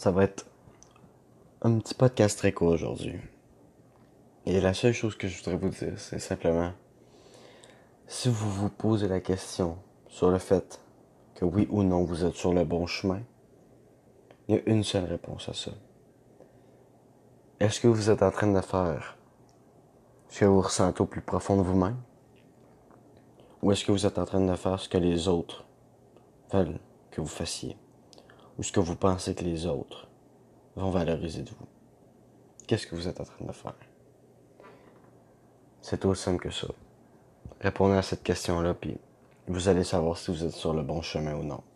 Ça va être un petit podcast très court aujourd'hui. Et la seule chose que je voudrais vous dire, c'est simplement, si vous vous posez la question sur le fait que oui ou non vous êtes sur le bon chemin, il y a une seule réponse à ça. Est-ce que vous êtes en train de faire ce que vous ressentez au plus profond de vous-même? Ou est-ce que vous êtes en train de faire ce que les autres veulent que vous fassiez? Ou ce que vous pensez que les autres vont valoriser de vous? Qu'est-ce que vous êtes en train de faire? C'est aussi simple que ça. Répondez à cette question-là, puis vous allez savoir si vous êtes sur le bon chemin ou non.